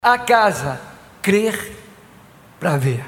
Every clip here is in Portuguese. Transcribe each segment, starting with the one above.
A casa, crer para ver.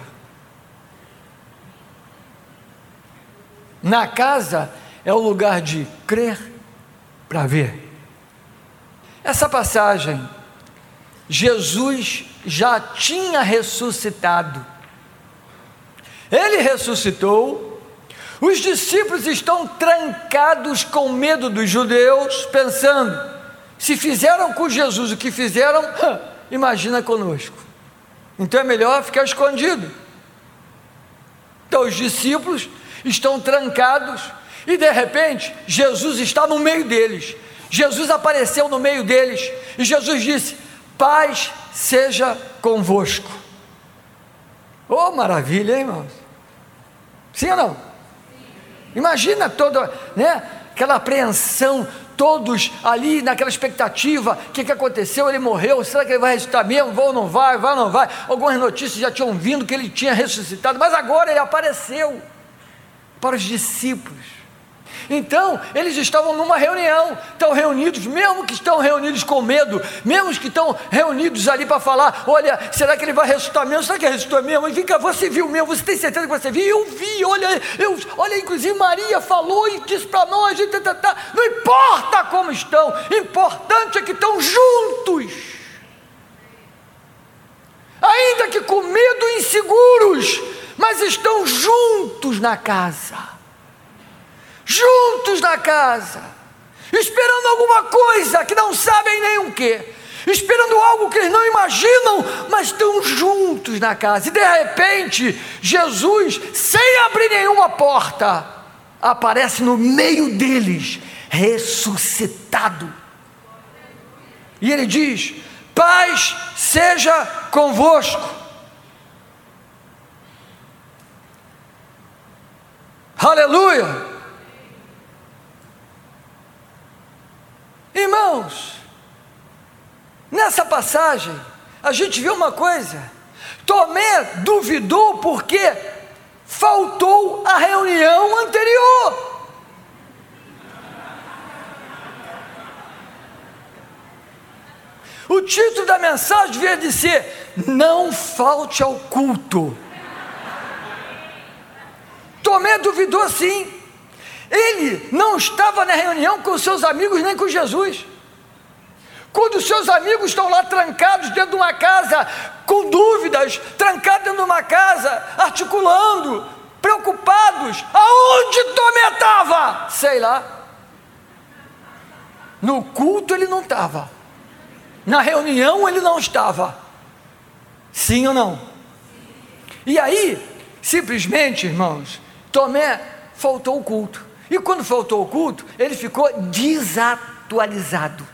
Na casa é o lugar de crer para ver. Essa passagem, Jesus já tinha ressuscitado. Ele ressuscitou. Os discípulos estão trancados com medo dos judeus, pensando: se fizeram com Jesus o que fizeram, imagina conosco. Então é melhor ficar escondido. Então os discípulos estão trancados e de repente Jesus está no meio deles. Jesus apareceu no meio deles e Jesus disse: paz seja convosco. Oh, maravilha, hein, irmãos? Sim ou não? Imagina toda, aquela apreensão, todos ali naquela expectativa. O que aconteceu? Ele morreu, será que ele vai ressuscitar mesmo? Vai ou não vai? Vai ou não vai? Algumas notícias já tinham vindo que ele tinha ressuscitado, mas agora ele apareceu para os discípulos. Então eles estavam numa reunião, estão reunidos, mesmo que estão reunidos com medo, mesmo que estão reunidos ali para falar: olha, será que ele vai ressuscitar mesmo? Será que ele ressuscitou mesmo? E vem cá, você viu mesmo? Você tem certeza que você viu? Eu vi, olha, inclusive Maria falou e disse para nós, não importa como estão, importante é que estão juntos, ainda que com medo e inseguros, mas estão juntos na casa. Juntos na casa, esperando alguma coisa que não sabem nem o que, esperando algo que eles não imaginam, mas estão juntos na casa. E de repente, Jesus, sem abrir nenhuma porta, aparece no meio deles, ressuscitado. E ele diz: paz seja convosco. Aleluia! Irmãos, nessa passagem a gente vê uma coisa: Tomé duvidou porque faltou a reunião anterior. O título da mensagem devia dizer: não falte ao culto. Tomé duvidou sim. Ele não estava na reunião com seus amigos nem com Jesus. Quando os seus amigos estão lá trancados dentro de uma casa, com dúvidas, trancados dentro de uma casa, articulando, preocupados, aonde Tomé estava? Sei lá. No culto ele não estava, na reunião ele não estava. Sim ou não? E aí, simplesmente, irmãos, Tomé faltou o culto. E quando faltou o culto, ele ficou desatualizado.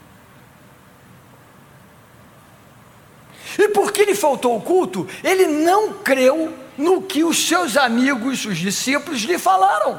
E porque ele faltou o culto, ele não creu no que os seus amigos, os discípulos, lhe falaram.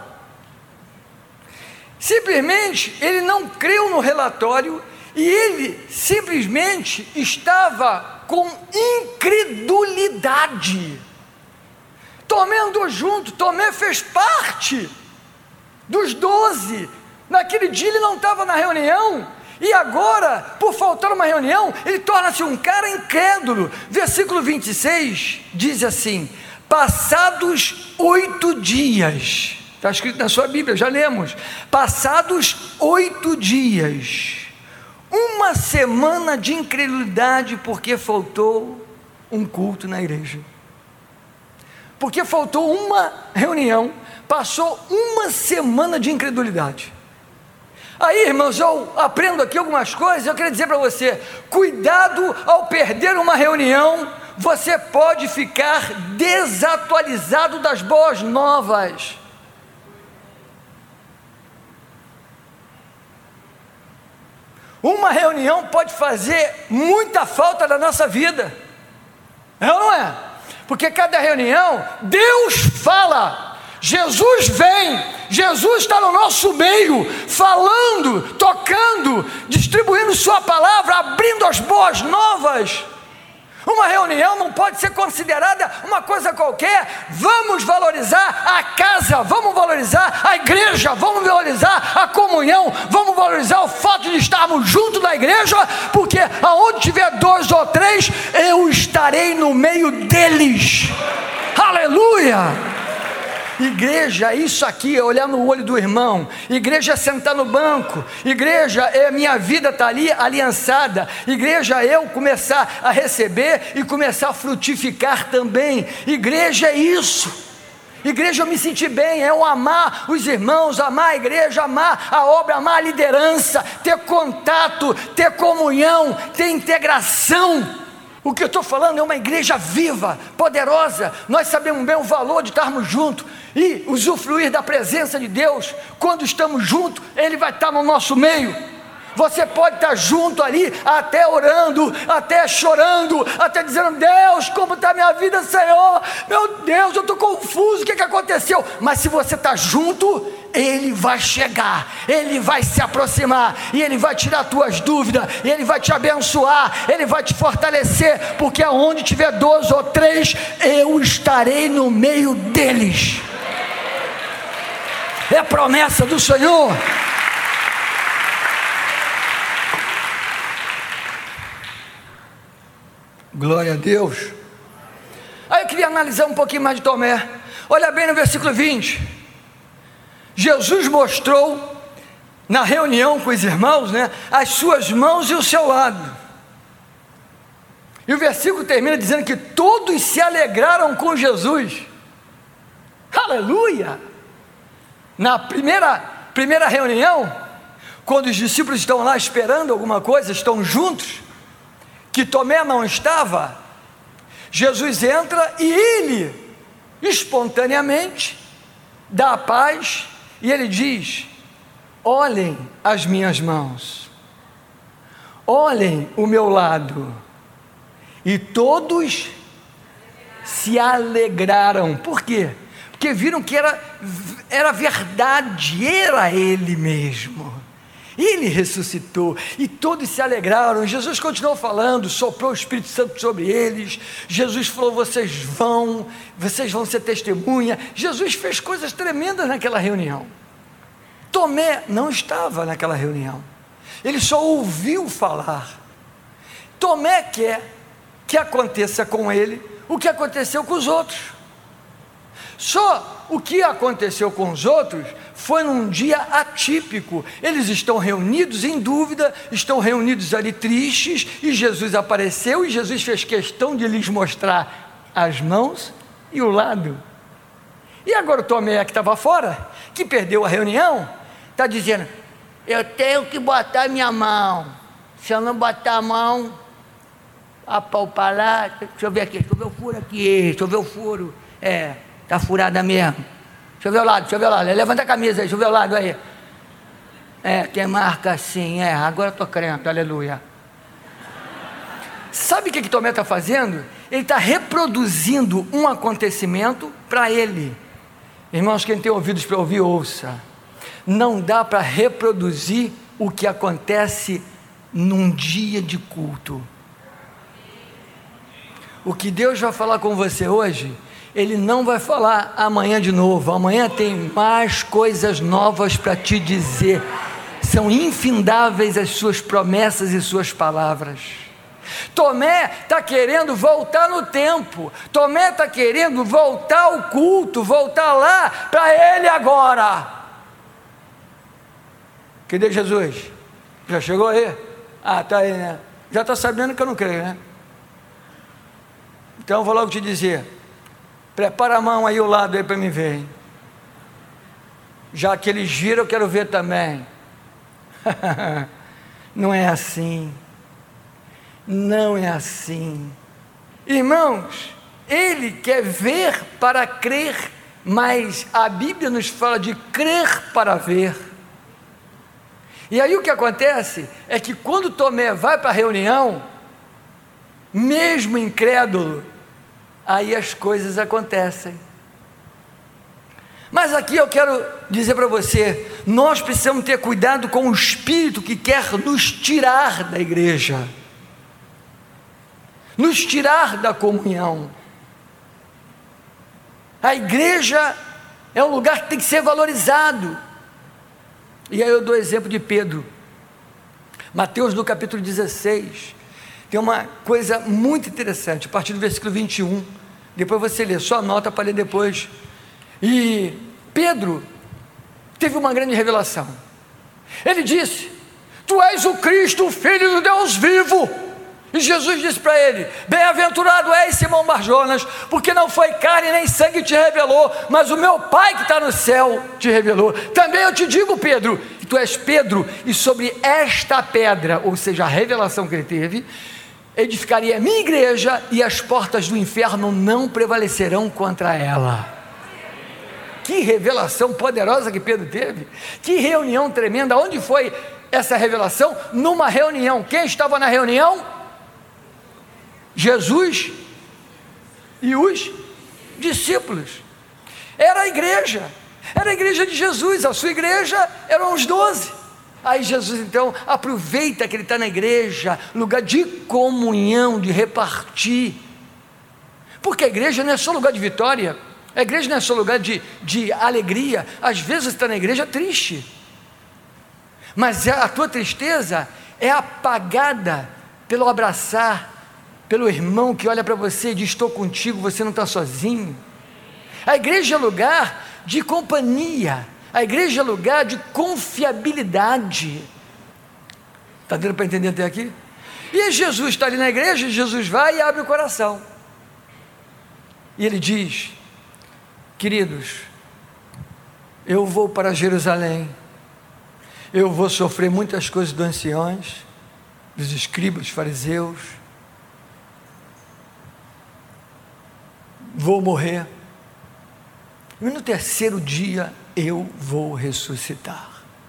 Simplesmente, ele não creu no relatório e ele simplesmente estava com incredulidade. Tomé andou junto, Tomé fez parte dos 12, naquele dia ele não estava na reunião, e agora, por faltar uma reunião, ele torna-se um cara incrédulo. Versículo 26 diz assim: passados 8 dias, está escrito na sua Bíblia, já lemos, passados 8 dias, uma semana de incredulidade, porque faltou um culto na igreja, porque faltou uma reunião. Passou uma semana de incredulidade. Aí, irmãos, eu aprendo aqui algumas coisas. Eu queria dizer para você: cuidado ao perder uma reunião, você pode ficar desatualizado das boas novas. Uma reunião pode fazer muita falta na nossa vida, é ou não é? Porque cada reunião, Deus fala, Jesus vem, Jesus está no nosso meio, falando, tocando, distribuindo sua palavra, abrindo as boas novas. Uma reunião não pode ser considerada uma coisa qualquer. Vamos valorizar a casa, vamos valorizar a igreja, vamos valorizar a comunhão, vamos valorizar o fato de estarmos juntos na igreja, porque aonde tiver 2 ou 3, eu estarei no meio deles. Aleluia! Igreja é isso aqui, é olhar no olho do irmão. Igreja é sentar no banco. Igreja é minha vida estar ali aliançada. Igreja é eu começar a receber e começar a frutificar também. Igreja é isso. Igreja, eu me sentir bem, é eu amar os irmãos, amar a igreja, amar a obra, amar a liderança, ter contato, ter comunhão, ter integração. O que eu estou falando é uma igreja viva, poderosa. Nós sabemos bem o valor de estarmos juntos e usufruir da presença de Deus. Quando estamos juntos, Ele vai estar no nosso meio. Você pode estar junto ali, até orando, até chorando, até dizendo: Deus, como está a minha vida, Senhor? Meu Deus, eu estou confuso, o que aconteceu? Mas se você está junto, Ele vai chegar, Ele vai se aproximar, e Ele vai tirar tuas dúvidas, e Ele vai te abençoar, Ele vai te fortalecer, porque aonde tiver 2 ou 3, eu estarei no meio deles. É a promessa do Senhor. Glória a Deus. Aí eu queria analisar um pouquinho mais de Tomé. Olha bem no versículo 20. Jesus mostrou na reunião com os irmãos, as suas mãos e o seu lado. E o versículo termina dizendo que todos se alegraram com Jesus. Aleluia! Na primeira reunião, quando os discípulos estão lá esperando alguma coisa, estão juntos, que Tomé não estava, Jesus entra e ele espontaneamente dá a paz, e ele diz: olhem as minhas mãos, olhem o meu lado. E todos se alegraram. Por quê? Porque viram que era verdade, era ele mesmo. Ele ressuscitou, e todos se alegraram. Jesus continuou falando, soprou o Espírito Santo sobre eles. Jesus falou: vocês vão ser testemunha. Jesus fez coisas tremendas naquela reunião. Tomé não estava naquela reunião, ele só ouviu falar. Tomé quer que aconteça com ele o que aconteceu com os outros. Só o que aconteceu com os outros foi num dia atípico. Eles estão reunidos em dúvida, estão reunidos ali tristes, e Jesus apareceu, e Jesus fez questão de lhes mostrar as mãos e o lado. E agora o Tomé, que estava fora, que perdeu a reunião, está dizendo: eu tenho que botar minha mão. Se eu não botar a mão, apalpar lá, deixa eu ver aqui, deixa eu ver o furo aqui, deixa eu ver o furo, está furada mesmo. Deixa eu ver o lado, levanta a camisa aí, deixa eu ver o lado aí. Tem marca assim, agora eu estou crente, aleluia. Sabe o que Tomé está fazendo? Ele está reproduzindo um acontecimento para ele. Irmãos, quem tem ouvidos para ouvir, ouça. Não dá para reproduzir o que acontece num dia de culto. O que Deus vai falar com você hoje, Ele não vai falar amanhã de novo. Amanhã tem mais coisas novas para te dizer. São infindáveis as suas promessas e suas palavras. Tomé está querendo voltar no tempo. Tomé está querendo voltar ao culto, voltar lá para ele agora. Cadê Jesus? Já chegou aí? Está aí, né? Já está sabendo que eu não creio, né? Então eu vou logo te dizer: prepara a mão aí, o lado aí para me ver, hein? Já que eles viram, eu quero ver também. Não é assim. Não é assim. Irmãos, ele quer ver para crer, mas a Bíblia nos fala de crer para ver. E aí o que acontece é que quando Tomé vai para a reunião, mesmo incrédulo, aí as coisas acontecem. Mas aqui eu quero dizer para você, nós precisamos ter cuidado com o espírito que quer nos tirar da igreja. nos tirar da comunhão. A igreja é um lugar que tem que ser valorizado. E aí eu dou exemplo de Pedro. Mateus no capítulo 16, tem uma coisa muito interessante, a partir do versículo 21, depois você lê, só anota para ler depois. E Pedro teve uma grande revelação. Ele disse: tu és o Cristo, o Filho do Deus vivo. E Jesus disse para ele: bem-aventurado és, Simão Barjonas, porque não foi carne nem sangue que te revelou, mas o meu Pai que está no céu te revelou. Também eu te digo, Pedro, que tu és Pedro, e sobre esta pedra, ou seja, a revelação que ele teve, edificaria a minha igreja, e as portas do inferno não prevalecerão contra ela. Que revelação poderosa que Pedro teve, que reunião tremenda. Onde foi essa revelação? Numa reunião. Quem estava na reunião? Jesus e os discípulos. Era a igreja de Jesus. A sua igreja eram os 12. Aí Jesus então aproveita que ele está na igreja, lugar de comunhão, de repartir, porque a igreja não é só lugar de vitória, a igreja não é só lugar de alegria. Às vezes você está na igreja triste, mas a tua tristeza é apagada pelo abraçar, pelo irmão que olha para você e diz: estou contigo, você não está sozinho. A igreja é lugar de companhia, a igreja é lugar de confiabilidade. Está dando para entender até aqui? E Jesus está ali na igreja, Jesus vai e abre o coração, e ele diz: queridos, eu vou para Jerusalém, eu vou sofrer muitas coisas dos anciões, dos escribas, fariseus, vou morrer, e no terceiro dia eu vou ressuscitar.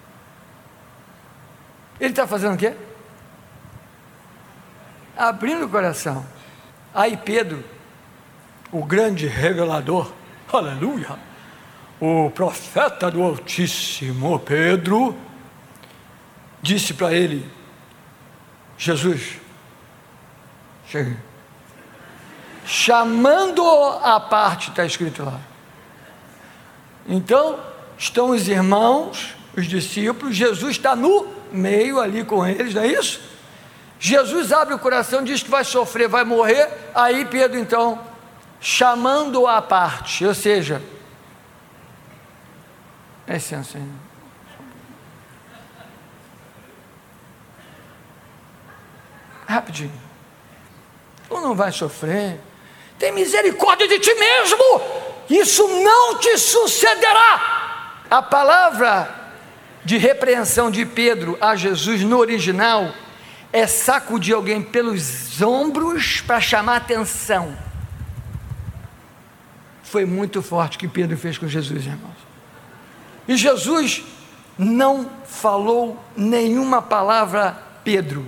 Ele está fazendo o quê? Abrindo o coração. Aí Pedro, o grande revelador, aleluia, o profeta do Altíssimo, Pedro, disse para ele: Jesus, chegue. Chamando-o à parte, está escrito lá. Então, estão os irmãos, os discípulos, Jesus está no meio ali com eles, não é isso? Jesus abre o coração, diz que vai sofrer, vai morrer. Aí Pedro então, chamando-o à parte, ou seja, é licença, hein? Rapidinho, tu não vai sofrer, tem misericórdia de ti mesmo, isso não te sucederá. A palavra de repreensão de Pedro a Jesus no original é sacudir alguém pelos ombros para chamar atenção. Foi muito forte o que Pedro fez com Jesus, irmãos. E Jesus não falou nenhuma palavra Pedro.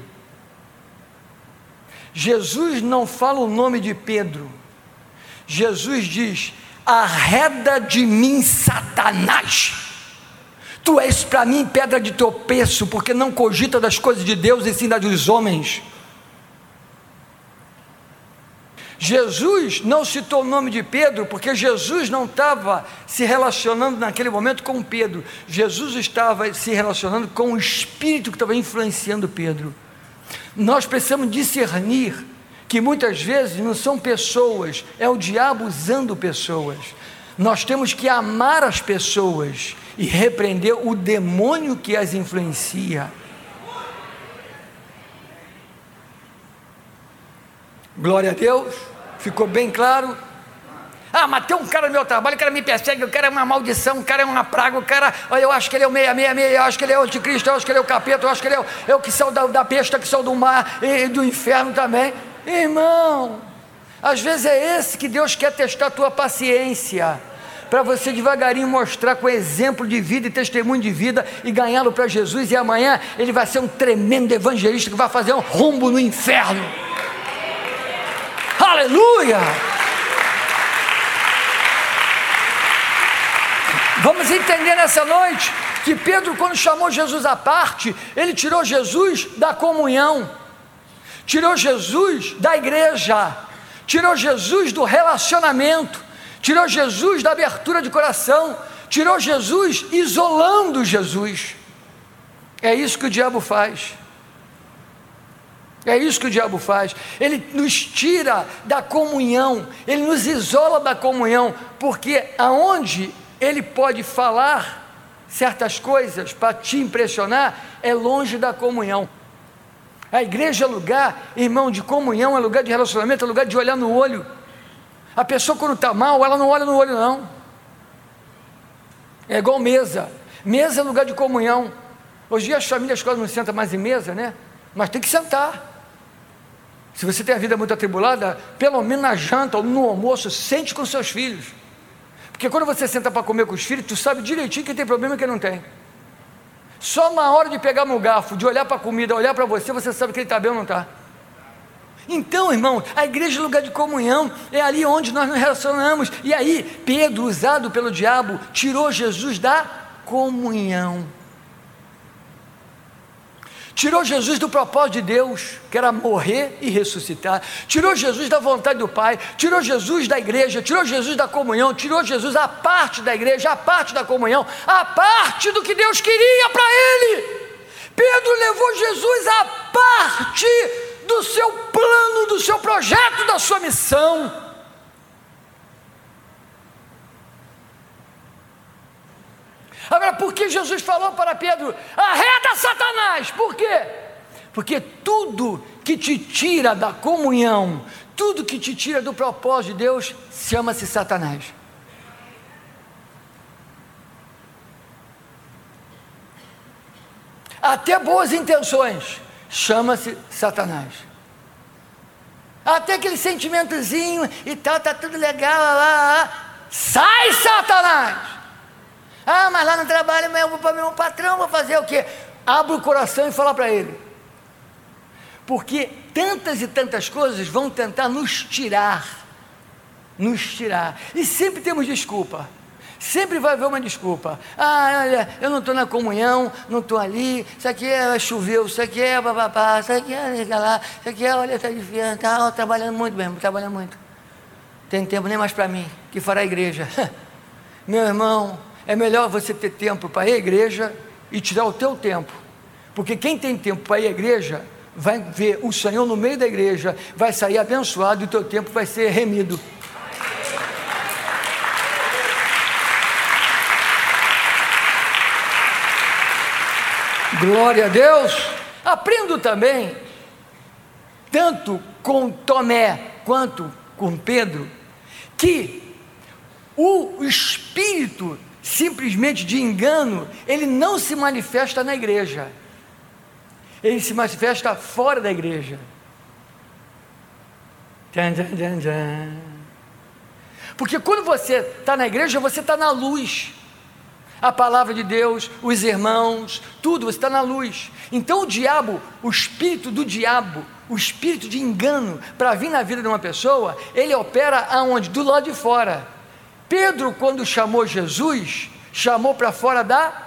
Jesus não fala o nome de Pedro. Jesus diz: arreda de mim, Satanás, tu és para mim pedra de tropeço, porque não cogita das coisas de Deus e sim das dos homens. Jesus não citou o nome de Pedro, porque Jesus não estava se relacionando naquele momento com Pedro, Jesus estava se relacionando com o Espírito que estava influenciando Pedro. Nós precisamos discernir que muitas vezes não são pessoas, é o diabo usando pessoas. Nós temos que amar as pessoas e repreender o demônio que as influencia. Glória a Deus, ficou bem claro? Ah, mas tem um cara no meu trabalho, o cara me persegue, o cara é uma maldição, o cara é uma praga, o cara, olha, eu acho que ele é o 666, eu acho que ele é o anticristo, eu acho que ele é o capeta, eu acho que ele é o que saiu da besta, que saiu do mar e do inferno também. Irmão, às vezes é esse que Deus quer testar a tua paciência, para você devagarinho mostrar com exemplo de vida e testemunho de vida e ganhá-lo para Jesus, e amanhã ele vai ser um tremendo evangelista que vai fazer um rumbo no inferno. Aleluia! Vamos entender nessa noite que Pedro, quando chamou Jesus à parte, ele tirou Jesus da comunhão, tirou Jesus da igreja, tirou Jesus do relacionamento, tirou Jesus da abertura de coração, tirou Jesus isolando Jesus. É isso que o diabo faz. É isso que o diabo faz. Ele nos tira da comunhão, ele nos isola da comunhão, porque aonde ele pode falar certas coisas para te impressionar, é longe da comunhão. A igreja é lugar, irmão, de comunhão, é lugar de relacionamento, é lugar de olhar no olho. A pessoa quando está mal, ela não olha no olho não. É igual mesa. Mesa é lugar de comunhão. Hoje em dia as famílias quase não sentam mais em mesa, né? Mas tem que sentar. Se você tem a vida muito atribulada, pelo menos na janta ou no almoço, sente com seus filhos. Porque quando você senta para comer com os filhos, tu sabe direitinho quem tem problema e quem não tem. Só na hora de pegar no garfo, de olhar para a comida, olhar para você, você sabe que ele está bem ou não está. Então, irmão, a igreja é lugar de comunhão, é ali onde nós nos relacionamos. E aí, Pedro, usado pelo diabo, tirou Jesus da comunhão. Tirou Jesus do propósito de Deus, que era morrer e ressuscitar. Tirou Jesus da vontade do Pai. Tirou Jesus da igreja. Tirou Jesus da comunhão. Tirou Jesus a parte da igreja, a parte da comunhão, a parte do que Deus queria para ele. Pedro levou Jesus a parte do seu plano, do seu projeto, da sua missão. Agora, por que Jesus falou para Pedro, arreda Satanás? Por quê? Porque tudo que te tira da comunhão, tudo que te tira do propósito de Deus, chama-se Satanás. Até boas intenções, chama-se Satanás. Até aquele sentimentozinho e tal, tá tudo legal, lá. Sai, Satanás! Ah, mas lá no trabalho eu vou para meu patrão, vou fazer o quê? Abre o coração e fala para ele. Porque tantas e tantas coisas vão tentar nos tirar. E sempre temos desculpa. Sempre vai haver uma desculpa. Ah, olha, eu não estou na comunhão, não estou ali, isso aqui choveu, isso aqui é papapá, isso aqui é lá, isso aqui é, olha, está difícil, está trabalhando muito mesmo, trabalhando muito. Tem tempo nem mais para mim, que fará a igreja. Meu irmão, é melhor você ter tempo para ir à igreja e tirar o teu tempo, porque quem tem tempo para ir à igreja, vai ver o Senhor no meio da igreja, vai sair abençoado e o teu tempo vai ser remido. Glória a Deus. Aprendo também, tanto com Tomé quanto com Pedro, que o espírito simplesmente de engano, ele não se manifesta na igreja, ele se manifesta fora da igreja. Porque quando você está na igreja, você está na luz, a palavra de Deus, os irmãos, tudo, você está na luz. Então o diabo, o espírito do diabo, o espírito de engano, para vir na vida de uma pessoa, ele opera aonde? Do lado de fora. Pedro, quando chamou Jesus, chamou para fora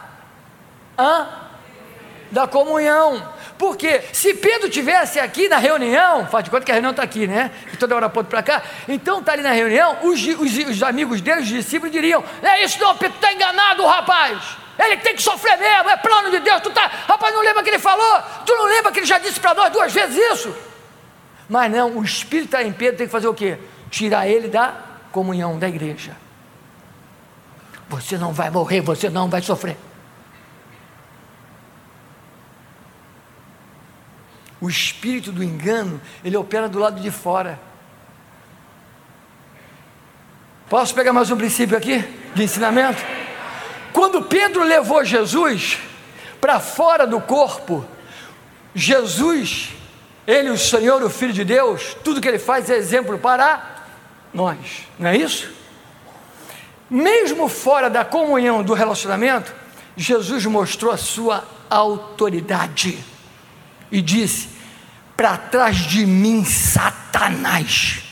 da comunhão. Porque se Pedro tivesse aqui na reunião, faz de conta que a reunião está aqui, né? E toda hora aponta para cá. Então está ali na reunião, os amigos dele, os discípulos diriam, é isso não, Pedro está enganado, rapaz. Ele tem que sofrer mesmo, é plano de Deus. Rapaz, não lembra que ele falou? Tu não lembra que ele já disse para nós 2 vezes isso? Mas não, o Espírito está em Pedro, tem que fazer o quê? Tirar ele da comunhão da igreja. Você não vai morrer, você não vai sofrer. O espírito do engano, ele opera do lado de fora. Posso pegar mais um princípio aqui, de ensinamento? Quando Pedro levou Jesus para fora do corpo, Jesus, ele, o Senhor, o Filho de Deus, tudo que ele faz é exemplo para nós, não é isso? Mesmo fora da comunhão do relacionamento, Jesus mostrou a sua autoridade e disse, para trás de mim, Satanás.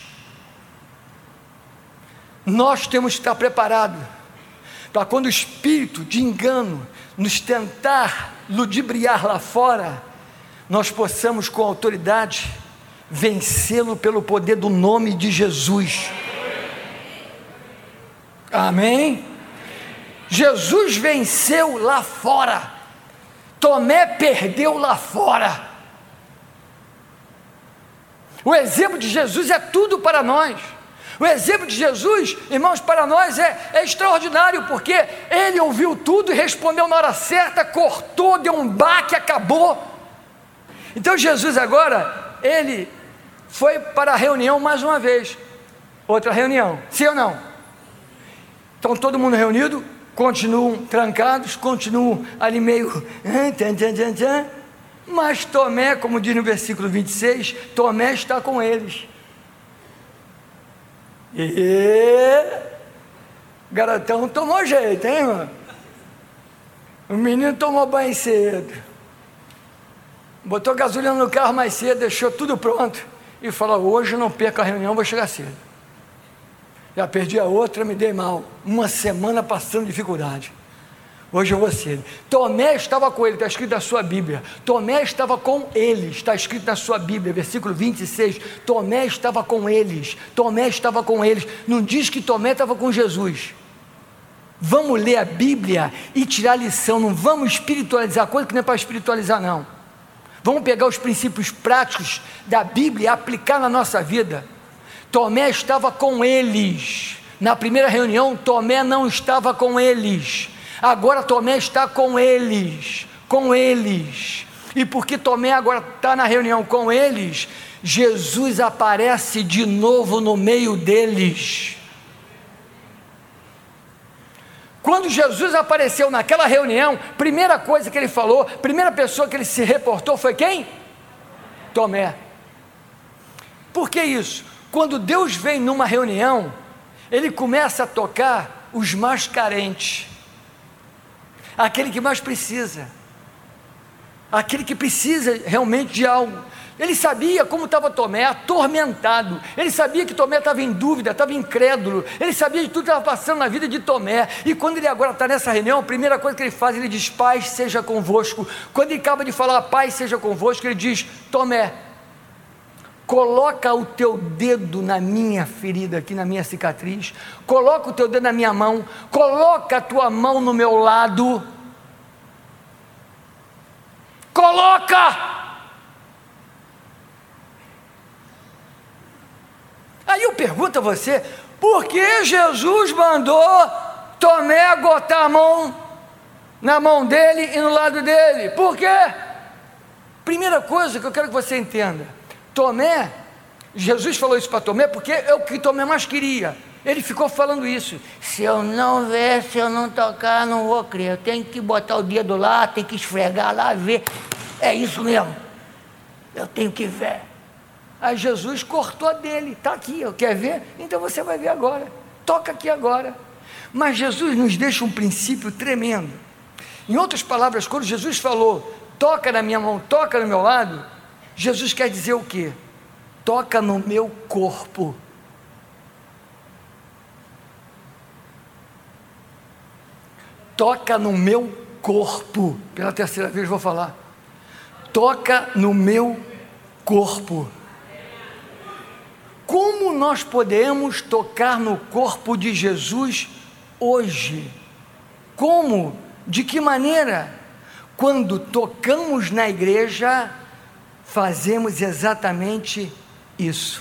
Nós temos que estar preparados para quando o espírito de engano nos tentar ludibriar lá fora, nós possamos com autoridade vencê-lo pelo poder do nome de Jesus. Amém? Jesus venceu lá fora, Tomé perdeu lá fora. O exemplo de Jesus é tudo para nós. O exemplo de Jesus, irmãos, para nós é extraordinário, porque ele ouviu tudo e respondeu na hora certa, cortou, deu um baque, acabou. Então Jesus agora, ele foi para a reunião mais uma vez, outra reunião, sim ou não? Então todo mundo reunido, continuam trancados, continuam ali meio, mas Tomé, como diz no versículo 26, Tomé está com eles. Garotão tomou jeito, hein, mano? O menino tomou banho cedo, botou gasolina no carro mais cedo, deixou tudo pronto e falou: hoje eu não perco a reunião, vou chegar cedo. Já perdi a outra, me dei mal, uma semana passando dificuldade, hoje eu vou cedo. Tomé estava com ele, está escrito na sua Bíblia. Tomé estava com eles, está escrito na sua Bíblia, versículo 26. Tomé estava com eles, Tomé estava com eles. Não diz que Tomé estava com Jesus. Vamos ler a Bíblia e tirar lição, não vamos espiritualizar coisa que não é para espiritualizar, não. Vamos pegar os princípios práticos da Bíblia e aplicar na nossa vida. Tomé estava com eles. Na primeira reunião, Tomé não estava com eles. Agora Tomé está com eles. E porque Tomé agora está na reunião com eles, Jesus aparece de novo no meio deles. Quando Jesus apareceu naquela reunião, primeira coisa que ele falou, primeira pessoa que ele se reportou foi quem? Tomé. Por que isso? Quando Deus vem numa reunião, ele começa a tocar os mais carentes, aquele que mais precisa, aquele que precisa realmente de algo. Ele sabia como estava Tomé, atormentado. Ele sabia que Tomé estava em dúvida, estava incrédulo. Ele sabia de tudo que estava passando na vida de Tomé. E quando ele agora está nessa reunião, a primeira coisa que ele faz, ele diz: paz seja convosco. Quando ele acaba de falar paz seja convosco, ele diz: Tomé, coloca o teu dedo na minha ferida aqui, na minha cicatriz. Coloca o teu dedo na minha mão. Coloca a tua mão no meu lado. Coloca! Aí eu pergunto a você, por que Jesus mandou Tomé botar a mão na mão dele e no lado dele? Por quê? Primeira coisa que eu quero que você entenda, Tomé, Jesus falou isso para Tomé porque é o que Tomé mais queria. Ele ficou falando isso: se eu não ver, se eu não tocar, não vou crer. Eu tenho que botar o dedo lá, tenho que esfregar lá, ver. É isso mesmo, eu tenho que ver. Aí Jesus cortou a dele, está aqui, quer ver? Então você vai ver agora, toca aqui agora. Mas Jesus nos deixa um princípio tremendo. Em outras palavras, quando Jesus falou, toca na minha mão, toca no meu lado, Jesus quer dizer o quê? Toca no meu corpo. Toca no meu corpo. Pela terceira vez vou falar. Toca no meu corpo. Como nós podemos tocar no corpo de Jesus hoje? Como? De que maneira? Quando tocamos na igreja, fazemos exatamente isso.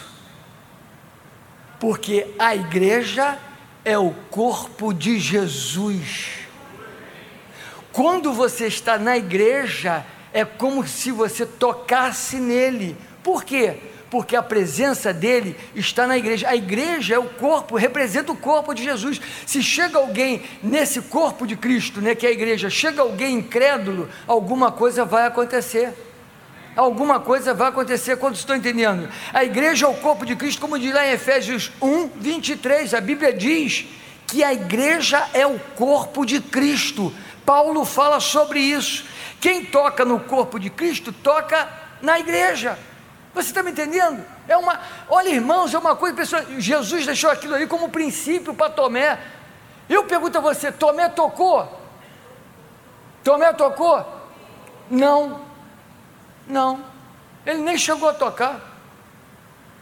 Porque a igreja é o corpo de Jesus. Quando você está na igreja, é como se você tocasse nele. Por quê? Porque a presença dele está na igreja. A igreja é o corpo, representa o corpo de Jesus. Se chega alguém nesse corpo de Cristo, que é a igreja, chega alguém incrédulo, alguma coisa vai acontecer. Alguma coisa vai acontecer. Quando estou entendendo? A igreja é o corpo de Cristo, como diz lá em Efésios 1, 23, a Bíblia diz que a igreja é o corpo de Cristo. Paulo fala sobre isso. Quem toca no corpo de Cristo, toca na igreja. Você está me entendendo? Olha, irmãos, é uma coisa, pessoal, Jesus deixou aquilo ali como princípio para Tomé. Eu pergunto a você, Tomé tocou? Tomé tocou? Não, ele nem chegou a tocar.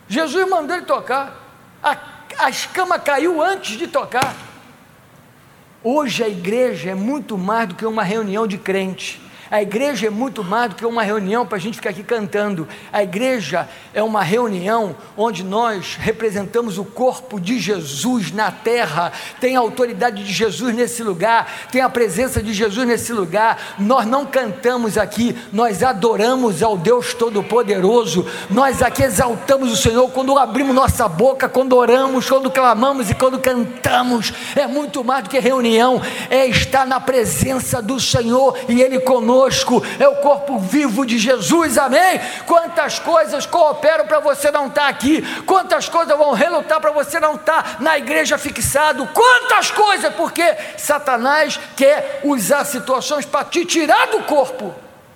Jesus mandou ele tocar, a escama caiu antes de tocar. Hoje a igreja é muito mais do que uma reunião de crente. A igreja é muito mais do que uma reunião para a gente ficar aqui cantando. A igreja é uma reunião onde nós representamos o corpo de Jesus na terra. Tem a autoridade de Jesus nesse lugar, tem a presença de Jesus nesse lugar. Nós não cantamos aqui, nós adoramos ao Deus Todo-Poderoso. Nós aqui exaltamos o Senhor quando abrimos nossa boca, quando oramos, quando clamamos e quando cantamos. É muito mais do que reunião, é estar na presença do Senhor e Ele conosco. É o corpo vivo de Jesus, amém? Quantas coisas cooperam para você não estar aqui, quantas coisas vão relutar para você não estar na igreja fixado, quantas coisas, porque Satanás quer usar situações para te tirar do corpo.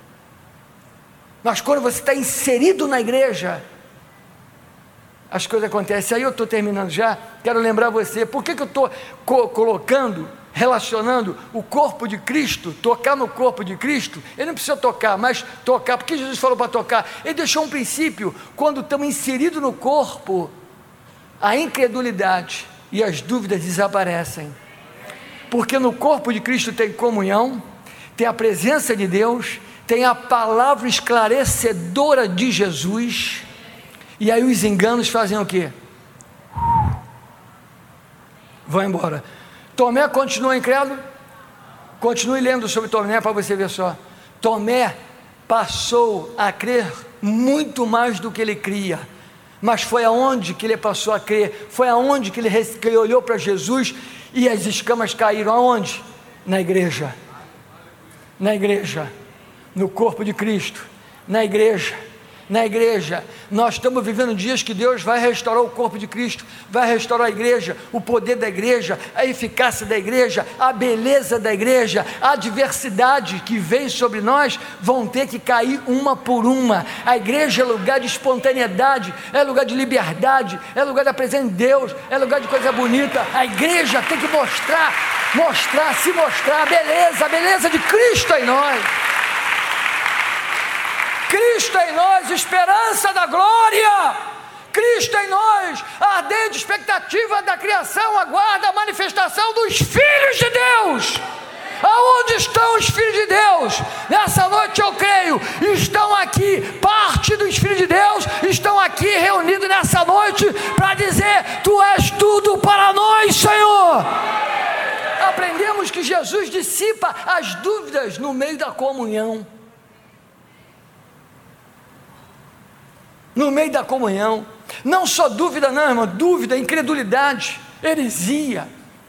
Mas quando você está inserido na igreja, as coisas acontecem. Aí eu estou terminando já, quero lembrar você, por que eu estou relacionando o corpo de Cristo, tocar no corpo de Cristo? Ele não precisa tocar, mas tocar, porque Jesus falou para tocar? Ele deixou um princípio: quando estamos inseridos no corpo, a incredulidade e as dúvidas desaparecem, porque no corpo de Cristo tem comunhão, tem a presença de Deus, tem a palavra esclarecedora de Jesus, e aí os enganos fazem o quê? Vão embora. Tomé continua incrédulo? Continue lendo sobre Tomé para você ver só. Tomé passou a crer muito mais do que ele cria, mas foi aonde que ele passou a crer, foi aonde que ele olhou para Jesus e as escamas caíram. Aonde? Na igreja, no corpo de Cristo, na igreja. Nós estamos vivendo dias que Deus vai restaurar o corpo de Cristo, vai restaurar a igreja, o poder da igreja, a eficácia da igreja, a beleza da igreja, a diversidade que vem sobre nós vão ter que cair uma por uma. A igreja é lugar de espontaneidade, é lugar de liberdade, é lugar da presença de Deus, é lugar de coisa bonita. A igreja tem que mostrar a beleza de Cristo em nós. Cristo em nós, esperança da glória. Cristo em nós, a ardente expectativa da criação, aguarda a manifestação dos filhos de Deus. Aonde estão os filhos de Deus? Nessa noite eu creio, estão aqui, parte dos filhos de Deus estão aqui reunidos nessa noite para dizer: Tu és tudo para nós, Senhor. Aprendemos que Jesus dissipa as dúvidas no meio da comunhão. No meio da comunhão, não só dúvida não, irmão, dúvida, incredulidade, heresia,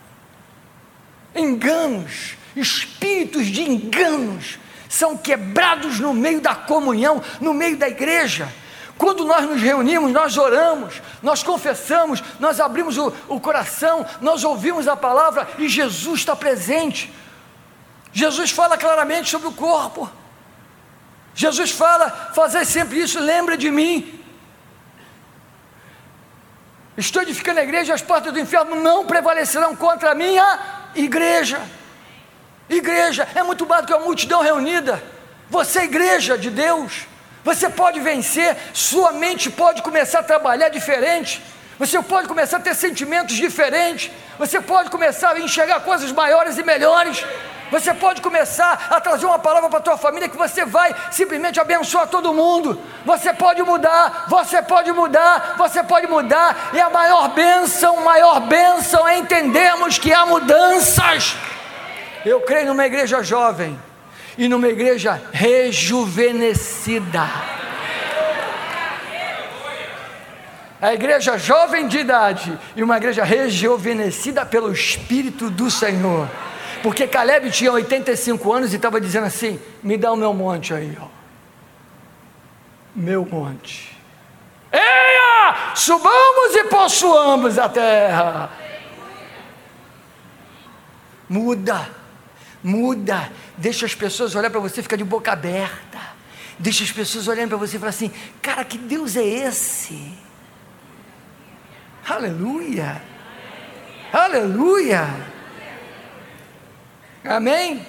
enganos, espíritos de enganos, são quebrados no meio da comunhão, no meio da igreja. Quando nós nos reunimos, nós oramos, nós confessamos, nós abrimos o coração, nós ouvimos a palavra e Jesus está presente. Jesus fala claramente sobre o corpo. Jesus fala: fazei sempre isso, lembra de mim. Estou edificando a igreja, as portas do inferno não prevalecerão contra a minha igreja. Igreja é muito mais do que uma multidão reunida. Você é igreja de Deus. Você pode vencer, sua mente pode começar a trabalhar diferente. Você pode começar a ter sentimentos diferentes. Você pode começar a enxergar coisas maiores e melhores. Você pode começar a trazer uma palavra para a tua família que você vai simplesmente abençoar todo mundo. Você pode mudar, e a maior bênção é entendermos que há mudanças. Eu creio numa igreja jovem e numa igreja rejuvenescida. A igreja jovem de idade e uma igreja rejuvenescida pelo Espírito do Senhor. Porque Caleb tinha 85 anos e estava dizendo assim: me dá o meu monte aí, ó. Meu monte. Eia, subamos e possuamos a terra. Muda, deixa as pessoas olhar para você e ficar de boca aberta. Deixa as pessoas olhando para você e falar assim: cara, que Deus é esse? Aleluia, aleluia. Amém?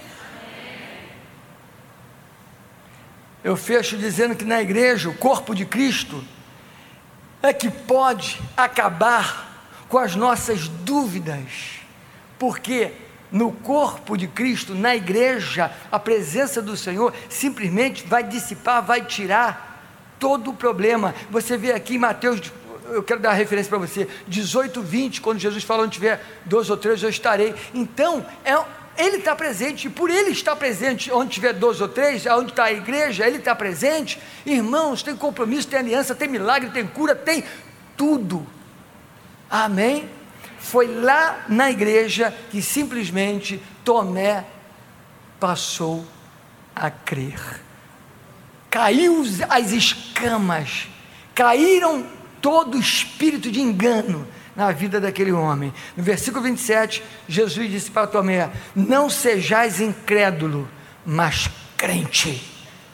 Eu fecho dizendo que na igreja, o corpo de Cristo é que pode acabar com as nossas dúvidas, porque no corpo de Cristo, na igreja, a presença do Senhor simplesmente vai dissipar, vai tirar todo o problema. Você vê aqui em Mateus, eu quero dar a referência para você, 18, 20, quando Jesus falou: onde tiver 2 ou 3, eu estarei. Então, Ele está presente, e por Ele estar presente, onde tiver 2 ou 3, onde está a igreja, Ele está presente. Irmãos, tem compromisso, tem aliança, tem milagre, tem cura, tem tudo. Amém? Foi lá na igreja que simplesmente Tomé passou a crer. Caiu as escamas, caíram todo o espírito de engano na vida daquele homem. No versículo 27, Jesus disse para Tomé: não sejais incrédulo, mas crente.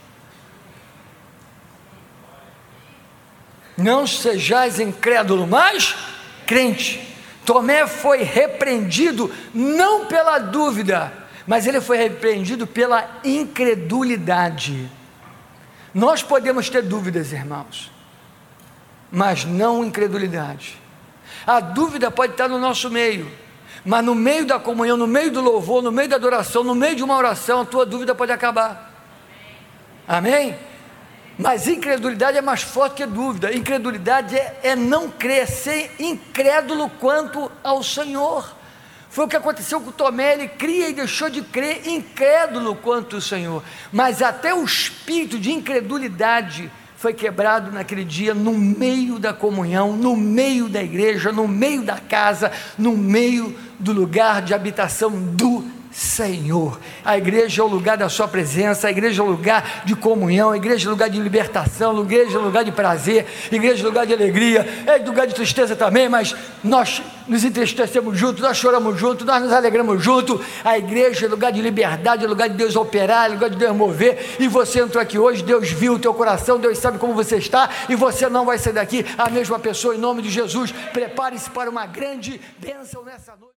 Não sejais incrédulo, mas crente. Tomé foi repreendido não pela dúvida, mas ele foi repreendido pela incredulidade. Nós podemos ter dúvidas, irmãos, mas não incredulidade. A dúvida pode estar no nosso meio, mas no meio da comunhão, no meio do louvor, no meio da adoração, no meio de uma oração, a tua dúvida pode acabar. Amém? Mas incredulidade é mais forte que dúvida. Incredulidade é não crer, ser incrédulo quanto ao Senhor. Foi o que aconteceu com Tomé. Ele cria e deixou de crer, incrédulo quanto ao Senhor. Mas até o espírito de incredulidade foi quebrado naquele dia, no meio da comunhão, no meio da igreja, no meio da casa, no meio do lugar de habitação do Senhor. A igreja é o lugar da sua presença, a igreja é o lugar de comunhão, a igreja é o lugar de libertação, a igreja é o lugar de prazer, a igreja é o lugar de alegria, é lugar de tristeza também, mas nós nos entristecemos juntos, nós choramos juntos, nós nos alegramos juntos. A igreja é lugar de liberdade, é lugar de Deus operar, é lugar de Deus mover. E você entrou aqui hoje, Deus viu o teu coração, Deus sabe como você está, e você não vai sair daqui a mesma pessoa. Em nome de Jesus, prepare-se para uma grande bênção nessa noite.